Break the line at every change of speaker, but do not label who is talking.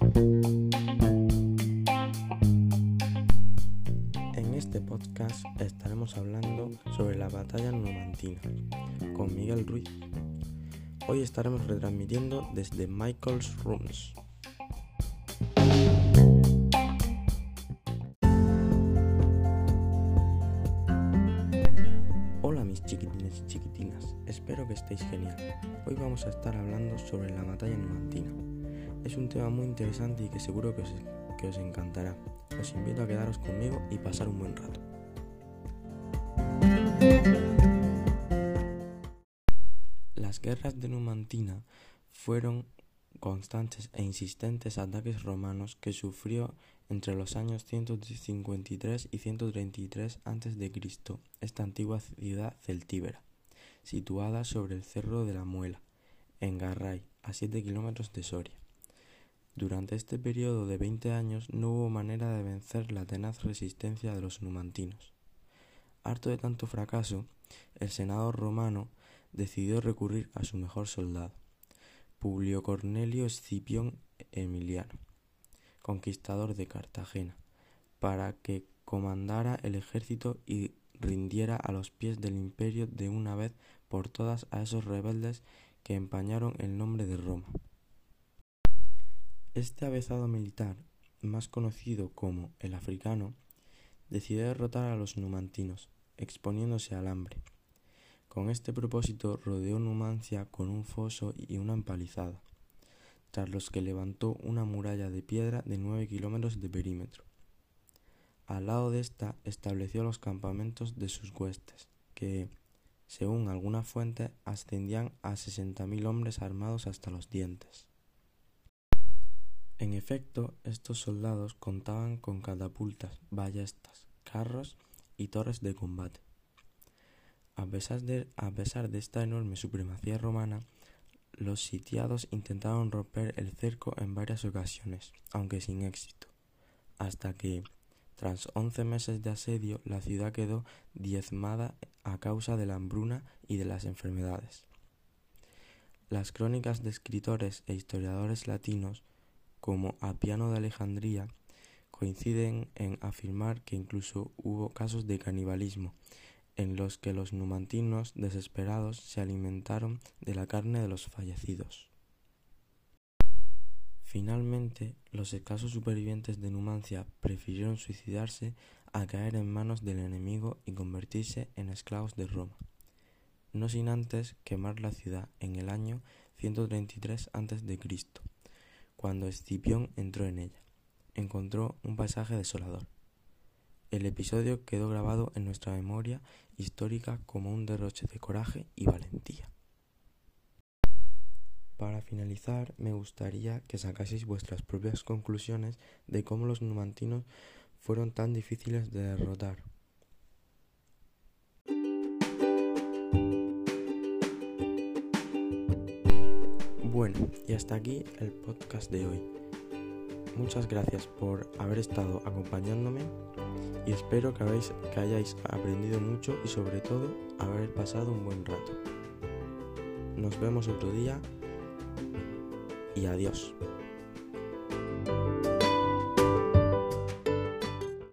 En este podcast estaremos hablando sobre la batalla numantina con Miguel Ruiz. Hoy estaremos retransmitiendo desde Michael's Rooms. Hola mis chiquitines y chiquitinas, espero que estéis genial. Hoy vamos a estar hablando sobre la batalla numantina. Es un tema muy interesante y que seguro que os encantará. Os invito a quedaros conmigo y pasar un buen rato. Las guerras de Numantina fueron constantes e insistentes ataques romanos que sufrió entre los años 153 y 133 a.C. esta antigua ciudad celtíbera, situada sobre el Cerro de la Muela, en Garray, a 7 kilómetros de Soria. Durante este periodo de 20 años no hubo manera de vencer la tenaz resistencia de los numantinos. Harto de tanto fracaso, el senador romano decidió recurrir a su mejor soldado, Publio Cornelio Escipión Emiliano, conquistador de Cartagena, para que comandara el ejército y rindiera a los pies del imperio de una vez por todas a esos rebeldes que empañaron el nombre de Roma. Este avezado militar, más conocido como el Africano, decidió derrotar a los numantinos, exponiéndose al hambre. Con este propósito rodeó Numancia con un foso y una empalizada, tras los que levantó una muralla de piedra de 9 kilómetros de perímetro. Al lado de esta estableció los campamentos de sus huestes, que, según algunas fuentes, ascendían a 60.000 hombres armados hasta los dientes. En efecto, estos soldados contaban con catapultas, ballestas, carros y torres de combate. A pesar de esta enorme supremacía romana, los sitiados intentaron romper el cerco en varias ocasiones, aunque sin éxito, hasta que, tras 11 meses de asedio, la ciudad quedó diezmada a causa de la hambruna y de las enfermedades. Las crónicas de escritores e historiadores latinos, como Apiano de Alejandría, coinciden en afirmar que incluso hubo casos de canibalismo, en los que los numantinos desesperados se alimentaron de la carne de los fallecidos. Finalmente, los escasos supervivientes de Numancia prefirieron suicidarse a caer en manos del enemigo y convertirse en esclavos de Roma, no sin antes quemar la ciudad en el año 133 a.C., cuando Escipión entró en ella. Encontró un paisaje desolador. El episodio quedó grabado en nuestra memoria histórica como un derroche de coraje y valentía. Para finalizar, me gustaría que sacaseis vuestras propias conclusiones de cómo los numantinos fueron tan difíciles de derrotar. Bueno, y hasta aquí el podcast de hoy. Muchas gracias por haber estado acompañándome y espero que hayáis aprendido mucho y sobre todo haber pasado un buen rato. Nos vemos otro día y adiós.